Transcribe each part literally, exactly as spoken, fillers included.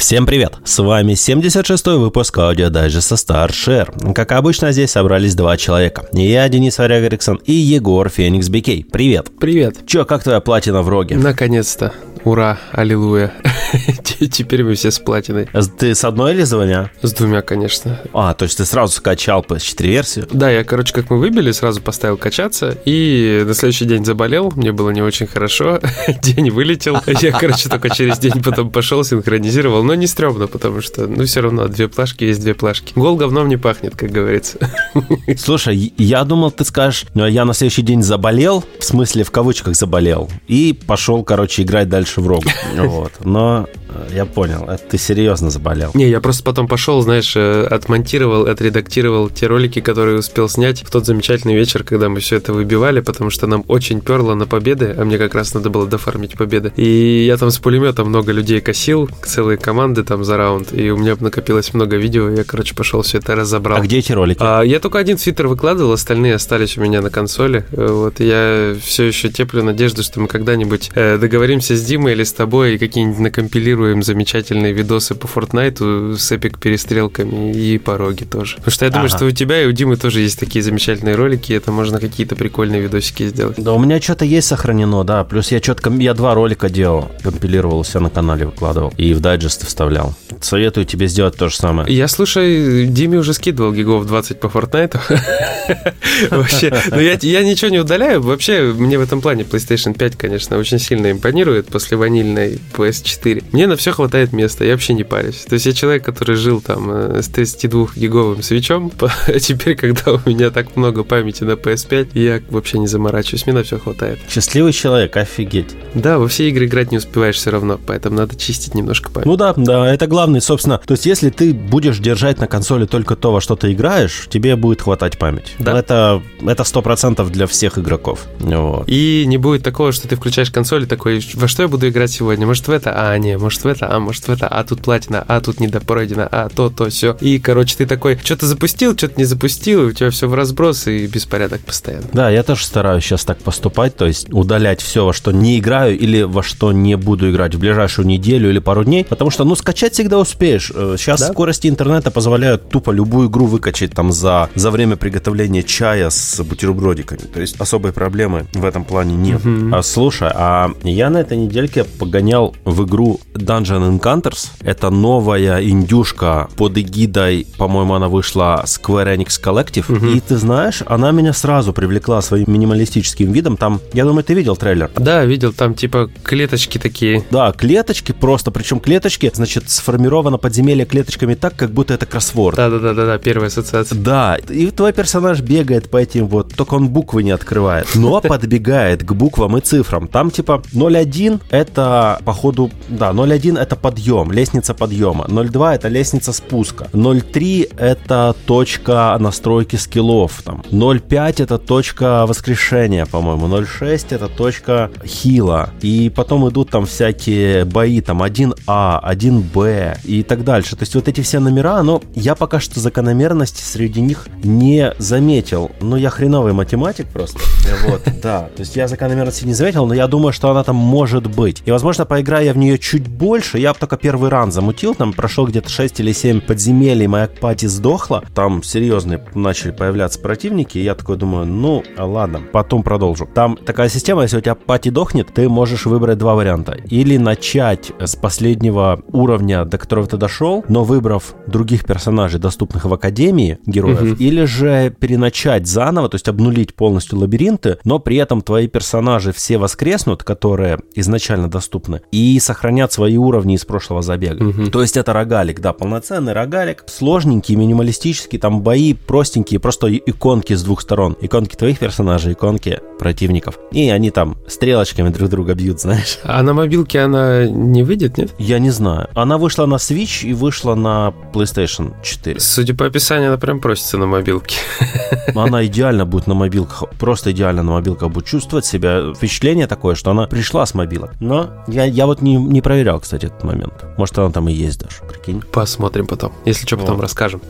Всем привет! С вами семьдесят шестой выпуск аудиодайджеста StarShare. Как обычно, здесь собрались два человека. Я, Денис Варяг-Эриксон, и Егор Феникс Бикей. Привет! Привет! Че, как твоя платина в роге? Наконец-то! Ура! Аллилуйя! Теперь мы все с платиной. Ты с одной или с двумя? С двумя, конечно. А, то есть ты сразу скачал пи эс четыре версию? Да, я, короче, как мы выбили, сразу поставил качаться, и на следующий день заболел, мне было не очень хорошо, день вылетел. Я, короче, только через день потом пошел, синхронизировал, но не стрёмно, потому что, ну, все равно, две плашки есть две плашки. Гол говном не пахнет, как говорится. Слушай, я думал, ты скажешь, я на следующий день заболел, в смысле, в кавычках заболел, и пошел, короче, играть дальше в рогу. Вот, но я понял, это ты серьезно заболел. Не, я просто потом пошел, знаешь, отмонтировал, отредактировал те ролики, которые успел снять в тот замечательный вечер, когда мы все это выбивали, потому что нам очень перло на победы, а мне как раз надо было дофармить победы. И я там с пулемета много людей косил, целые команды там за раунд, и у меня накопилось много видео, и я, короче, пошел все это разобрал. А где эти ролики? А, я только один в Твиттер выкладывал, остальные остались у меня на консоли. Вот, я все еще теплю надежду, что мы когда-нибудь э, договоримся с Димой или с тобой и какие-нибудь накомпилируем замечательные видосы по Fortnite с эпик-перестрелками и по роге тоже. Потому что я думаю, ага. что у тебя и у Димы тоже есть такие замечательные ролики, и это можно какие-то прикольные видосики сделать. Да, у меня что-то есть сохранено, да. Плюс я что-то, я два ролика делал, компилировал, у себя на канале выкладывал и в дайджесты вставлял. Советую тебе сделать то же самое. Я, слушай, Диме уже скидывал гигов двадцать по Fortnite. Вообще, ну я, я ничего не удаляю. Вообще, мне в этом плане PlayStation пять, конечно, очень сильно импонирует после ванильной пи эс четыре. Мне на все хватает места, я вообще не парюсь. То есть я человек, который жил там с тридцатидвухгиговым свечом, а теперь, когда у меня так много памяти на пи эс пять, я вообще не заморачиваюсь, мне на все хватает. Счастливый человек, офигеть. Да, во все игры играть не успеваешь все равно, поэтому надо чистить немножко память. Ну да, да, это главное, собственно. То есть если ты будешь держать на консоли только то, во что ты играешь, тебе будет хватать память. Да. Это, это сто процентов для всех игроков. Вот. И не будет такого, что ты включаешь консоль и такой, во что я буду играть сегодня? Может в это? А, не, может в это? А, может в это? А тут платина, а тут недопройдено, а то, то, все. И, короче, ты такой, что-то запустил, что-то не запустил, и у тебя все в разброс и беспорядок постоянно. Да, я тоже стараюсь сейчас так поступать, то есть удалять все, во что не играю или во что не буду играть в ближайшую неделю или пару дней, потому что, ну, скачать всегда успеешь. Сейчас да? скорости интернета позволяют тупо любую игру выкачать там за, за время приготовления чая с бутербродиками. То есть особой проблемы в этом плане нет. Uh-huh. А, слушай, а я на этой недельке погонял в игру Dungeon Encounters. Это новая индюшка под эгидой, по-моему, она вышла Square Enix Collective. Uh-huh. И ты знаешь, она меня сразу привлекла своим минималистическим видом. Там, я думаю, ты видел трейлер? Да, видел. Там типа клеточки такие. Да, клеточки просто. Причем клеточки, значит, сформировано подземелье клеточками так, как будто это кроссворд. Да-да-да, первая ассоциация. Да, и твой персонаж бегает по этим вот, только он буквы не открывает, но подбегает к буквам и цифрам. Там типа ноль один это, походу, да, ноль один это подъем, лестница подъема. ноль два это лестница спуска. ноль три это точка настройки скиллов. Там. ноль пять это точка воскрешения, по-моему. ноль шесть это точка хила. И потом идут там всякие бои, там один А, один Б и так дальше. То есть вот эти все номера, но я пока что закономерности среди них не заметил. Ну, я хреновый математик просто. Вот, да. То есть я закономерности не заметил, но я думаю, что она там может быть. И, возможно, поиграю я в нее чуть больше. Я только первый ран замутил, там прошел где-то шесть или семь подземелий, моя пати сдохла. Там серьезные начали появляться противники, и я такой думаю, ну, ладно, потом продолжу. Там такая система, если у тебя пати дохнет, ты можешь выбрать два варианта. Или начать с последнего уровня, до которого ты дошел, но выбрав других персонажей, доступных в Академии героев, uh-huh. или же переначать заново, то есть обнулить полностью лабиринты, но при этом твои персонажи все воскреснут, которые изначально доступны, и сохранят свои уровни из прошлого забега. Uh-huh. То есть это рогалик, да, полноценный рогалик, сложненький, минималистический, там бои простенькие, просто иконки с двух сторон. Иконки твоих персонажей, иконки противников. И они там стрелочками друг друга бьют, знаешь. А на мобилке она не выйдет, нет? Я не знаю. Она вышла на Switch и вышла на PlayStation четыре. Судя по описанию, она прям просится на мобилке. Она идеально будет на мобилках. Просто идеально на мобилках будет чувствовать себя. Впечатление такое, что она пришла с мобилок. Но я, я вот не, не проверял, кстати, этот момент. Может, она там и есть даже. Прикинь. Посмотрим потом. Если что, потом вот. Расскажем.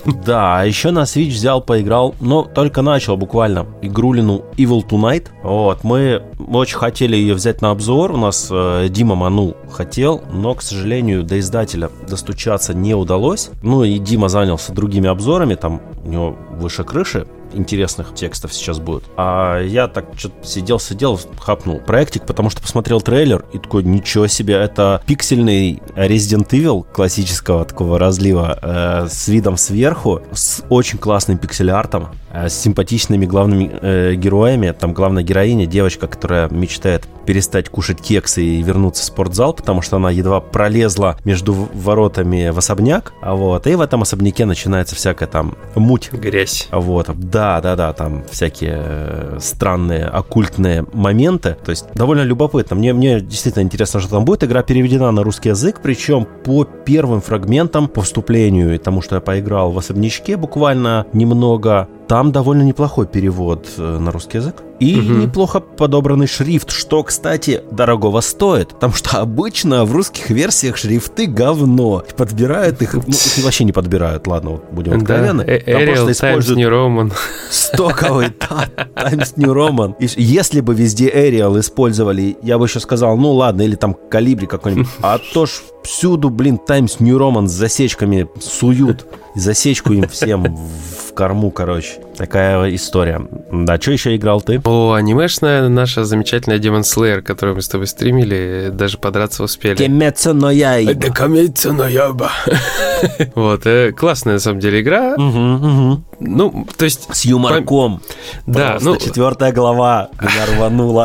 Да, а еще на Switch взял, поиграл, но только начал буквально игрулину Evil Tonight. Вот, мы очень хотели ее взять на обзор, у нас э, Дима манул хотел, но, к сожалению, до издателя достучаться не удалось. Ну и Дима занялся другими обзорами, там у него выше крыши интересных текстов сейчас будет. А я так что-то сидел-сидел, хапнул проектик, потому что посмотрел трейлер и такой, ничего себе, это пиксельный Resident Evil классического такого разлива э, с видом сверху, с очень классным пиксель-артом, э, с симпатичными главными э, героями. Там главная героиня, девочка, которая мечтает перестать кушать кексы и вернуться в спортзал, потому что она едва пролезла между воротами в особняк, а вот, и в этом особняке начинается всякая там муть. Грязь. Вот, да, да, да, там всякие странные оккультные моменты, то есть довольно любопытно. Мне, мне действительно интересно, что там будет. Игра переведена на русский язык, причем по первым фрагментам, по вступлению и тому, что я поиграл в особнячке буквально немного, там довольно неплохой перевод на русский язык. И угу. неплохо подобранный шрифт, что, кстати, дорогого стоит. Потому что обычно в русских версиях шрифты говно. Подбирают их, ну, их вообще не подбирают, ладно, вот будем откровенны. Да, Arial Times New Roman. Стоковый Times New Roman. И если бы везде Arial использовали, я бы еще сказал, ну ладно, или там Калибри какой-нибудь. А то ж всюду, блин, Times New Roman с засечками суют. И засечку им всем в корму, короче. Такая история. Да, что еще играл ты? О, анимешная наша замечательная Demon Slayer, которую мы с тобой стримили, даже подраться успели. Кемецу но яйба. Да, Кемецу но яйба. Вот, классная на самом деле игра. Ну, то есть... С юморком. Да, ну... Четвертая глава меня рванула.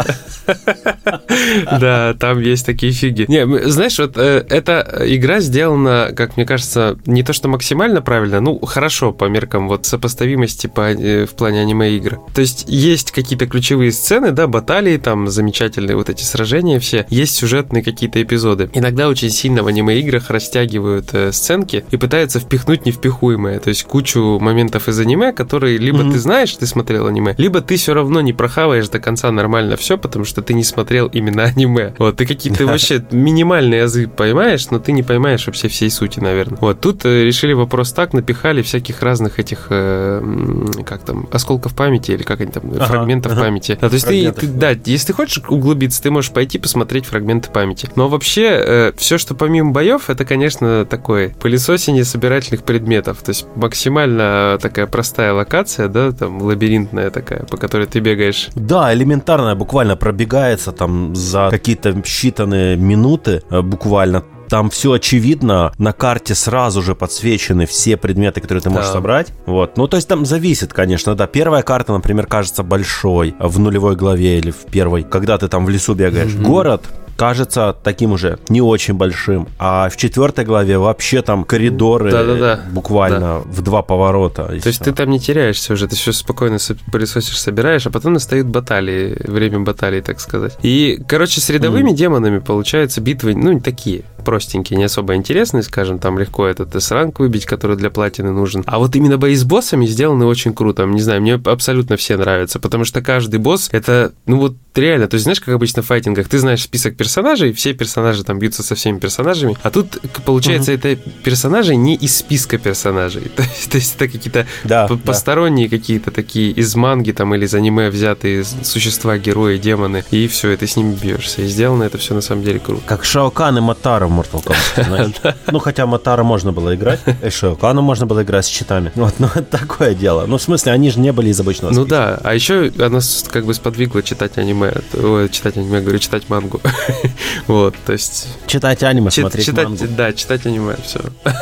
Да, там есть такие фиги. Не, знаешь, вот эта игра сделана, как мне кажется, не то что максимально правильно, ну, хорошо по меркам вот сопоставимости по, в плане аниме-игр. То есть есть какие-то ключевые сцены, да, баталии, там замечательные вот эти сражения все, есть сюжетные какие-то эпизоды. Иногда очень сильно в аниме-играх растягивают э, сценки и пытаются впихнуть невпихуемое, то есть кучу моментов из аниме, которые либо mm-hmm. ты знаешь, ты смотрел аниме, либо ты все равно не прохаваешь до конца нормально все, потому что ты не смотрел именно аниме. Вот, ты какие-то вообще минимальные азы поймаешь, но ты не поймаешь вообще всей сути, наверное. Вот, тут э, решили вопрос так, напихали всяких разных этих, э, как там, осколков памяти, или как они там, ага, фрагментов ага. памяти. Да, то есть ты, ты, да, если ты хочешь углубиться, ты можешь пойти посмотреть фрагменты памяти. Но вообще, э, все, что помимо боев, это, конечно, такое пылесосение собирательных предметов. То есть максимально такая простая локация, да, там, лабиринтная такая, по которой ты бегаешь. Да, элементарная, буквально пробегается там за какие-то считанные минуты, буквально. Там все очевидно, на карте сразу же подсвечены все предметы, которые ты можешь да. собрать. Вот. Ну, то есть там зависит, конечно, да. Первая карта, например, кажется большой в нулевой главе или в первой, когда ты там в лесу бегаешь. Mm-hmm. Город кажется таким уже не очень большим. А в четвертой главе вообще там коридоры Да-да-да. буквально да. в два поворота. То есть ты там не теряешься уже, ты все спокойно пылесосишь, собираешь, а потом настают баталии, время баталий, так сказать. И, короче, с рядовыми mm. демонами, получается, битвы, ну, такие простенькие, не особо интересные, скажем, там легко этот эс-ранг выбить, который для платины нужен. А вот именно бои с боссами сделаны очень круто. Не знаю, мне абсолютно все нравятся, потому что каждый босс, это, ну вот реально, то есть знаешь, как обычно в файтингах, ты знаешь список персонажей, все персонажи там бьются со всеми персонажами, а тут, получается, uh-huh. это персонажи не из списка персонажей. То есть, то есть это какие-то да, посторонние да. какие-то такие из манги там или из аниме взятые существа, герои, демоны, и все, и ты с ними бьешься. И сделано это все на самом деле круто. Как Шао Кан и Матара в Mortal Kombat, знаешь? Ну, хотя Матара можно было играть, и Шао Кану можно было играть с читами. Вот, ну, это такое дело. Ну, в смысле, они же не были из обычного списка. Ну да, а еще она как бы сподвигла читать аниме, Ой, читать аниме, говорю, читать мангу. Вот, то есть... Читать аниме, Чит- смотреть читать, мангу. Да, читать аниме, все.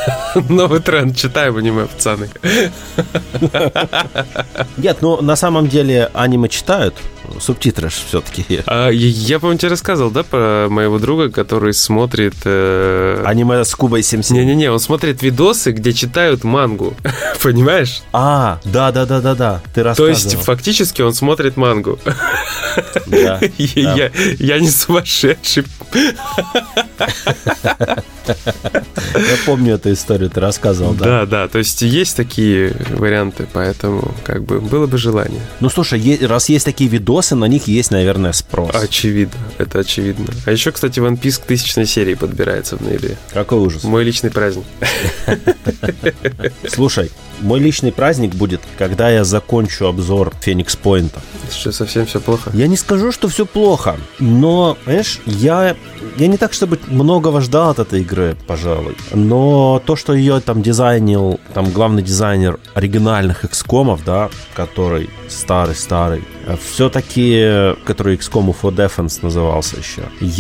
Новый тренд, читаем аниме, пацаны. Нет, ну, на самом деле, аниме читают, субтитры же все-таки. А, я, я, по-моему, тебе рассказывал, да, про моего друга, который смотрит... Э... Аниме с Кубой семь семь. Не-не-не, он смотрит видосы, где читают мангу, понимаешь? А, да-да-да-да-да, ты рассказывал. То есть, фактически, он смотрит мангу. Да, я, да. я, я не сумасшедший. Я помню эту историю, ты рассказывал, да? Да, да, то есть есть такие варианты, поэтому как бы было бы желание. Ну, слушай, раз есть такие видосы, на них есть, наверное, спрос. Очевидно, это очевидно. А еще, кстати, One Piece к тысячной серии подбирается в ноябре. Какой ужас. Мой личный праздник. Слушай, мой личный праздник будет, когда я закончу обзор Феникс Пойнта. Что, совсем все плохо? Я не скажу, что все плохо, но, знаешь, я, я не так, чтобы многого ждал от этой игры, пожалуй. Но то, что ее там дизайнил, там главный дизайнер оригинальных икс комов, да, который старый-старый, все-таки, который икс ком for Defense назывался еще,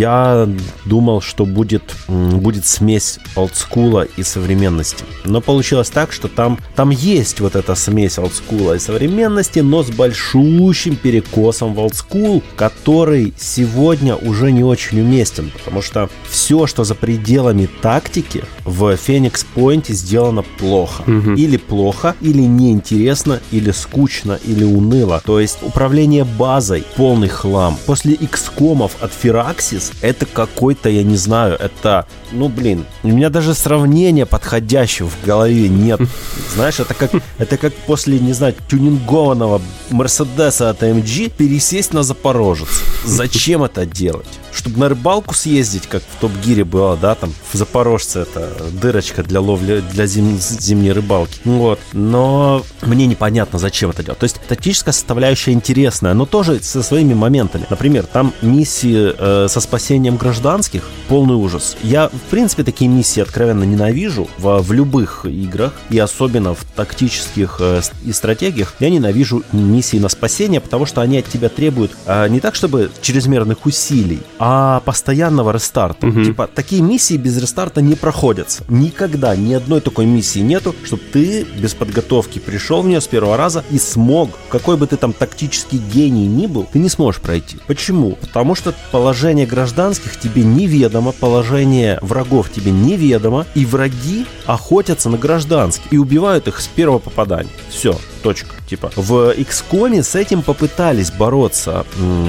я думал, что будет, будет смесь олдскула и современности. Но получилось так, что там, там есть вот эта смесь олдскула и современности, но с большущим перекосом в олдскул, который сегодня уже не очень уместен, потому что все, что за пределами тактики, в Феникс Пойнте сделано плохо. Угу. Или плохо, или неинтересно, или скучно, или уныло. То есть управление базой полный хлам. После икс комов от Firaxis это какой-то, я не знаю, это, ну блин, у меня даже сравнения подходящего в голове нет. Знаешь, это как, это как после, не знаю, тюнингованного Мерседеса от эм джи пересесть на Запорожец. Зачем это делать? Чтобы на рыбалку съездить, как в Топ-Гире было, да, там в Запорожце это дырочка для ловли, для зим, зимней рыбалки. Вот. Но мне непонятно, зачем это делать. То есть тактическая составляющая интересная, но тоже со своими моментами. Например, там миссии э, со спасением гражданских, полный ужас. Я, в принципе, такие миссии откровенно ненавижу в, в любых играх, и особенно в тактических э, и стратегиях. Я ненавижу миссии на спасение, потому что они от тебя требуют э, не так, чтобы чрезмерных усилий, а постоянного рестарта. Угу. Типа, такие миссии без рестарта не проходятся. Никогда ни одной такой миссии нету, чтобы ты без подготовки пришел в нее с первого раза и смог, какой бы ты там тактический гений ни был, ты не сможешь пройти. Почему? Потому что положение гражданских тебе неведомо, положение врагов тебе неведомо, и враги охотятся на гражданских и убивают их с первого попадания. Все. Точка. Типа, в икс ком с этим попытались бороться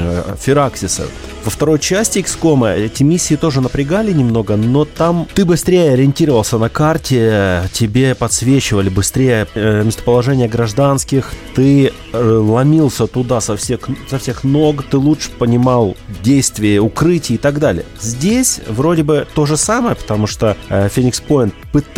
Firaxis. Во второй части икс ком эти миссии тоже напрягали немного, но там ты быстрее ориентировался на карте, тебе подсвечивали быстрее местоположение гражданских, ты ломился туда со всех, со всех ног, ты лучше понимал действия, укрытия и так далее. Здесь вроде бы то же самое, потому что Phoenix Point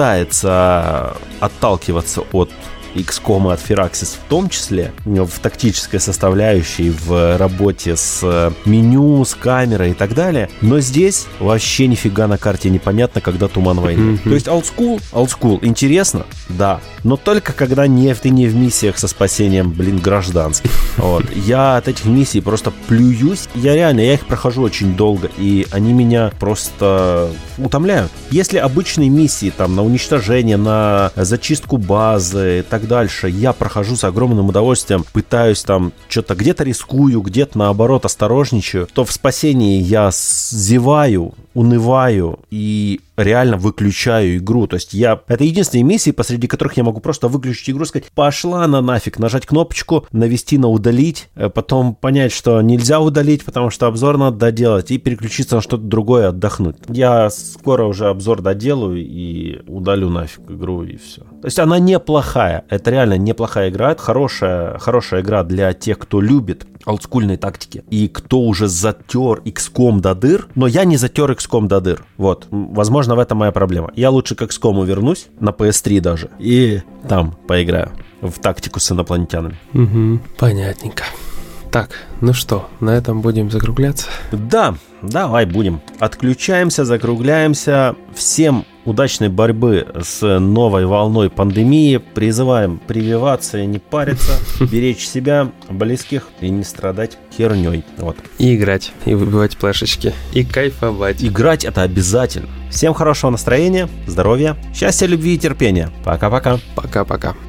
пытается отталкиваться от икс ком от Firaxis в том числе, в тактической составляющей, в работе с меню, с камерой и так далее. Но здесь вообще нифига на карте непонятно, когда туман войны. Mm-hmm. То есть олдскул, олдскул, интересно, да, но только когда не, ты не в миссиях со спасением, блин, гражданских. Вот. Я от этих миссий просто плююсь. Я реально, я их прохожу очень долго, и они меня просто утомляют. Если обычные миссии там на уничтожение, на зачистку базы и так дальше я прохожу с огромным удовольствием, пытаюсь там что-то где-то рискую, где-то наоборот осторожничаю, то в спасении я зеваю, унываю и реально выключаю игру. То есть я... Это единственные миссии, посреди которых я могу просто выключить игру и сказать: пошла она нафиг, нажать кнопочку, навести на удалить, потом понять, что нельзя удалить, потому что обзор надо доделать, и переключиться на что-то другое, отдохнуть. Я скоро уже обзор доделаю и удалю нафиг игру, и все. То есть она неплохая. Это реально неплохая игра. Это хорошая, хорошая игра для тех, кто любит олдскульные тактики и кто уже затер икс ком до дыр. Но я не затер икс ком до дыр. Вот. Возможно, в этом моя проблема. Я лучше к икс ком вернусь, на пи эс три даже, и там поиграю в тактику с инопланетянами. Угу, понятненько. Так, ну что, на этом будем закругляться? Да, давай будем. Отключаемся, закругляемся. Всем удачной борьбы с новой волной пандемии. Призываем прививаться и не париться, беречь себя, близких и не страдать херней. Вот. И играть, и выбивать плашечки, и кайфовать. Играть — это обязательно. Всем хорошего настроения, здоровья, счастья, любви и терпения. Пока-пока. Пока-пока.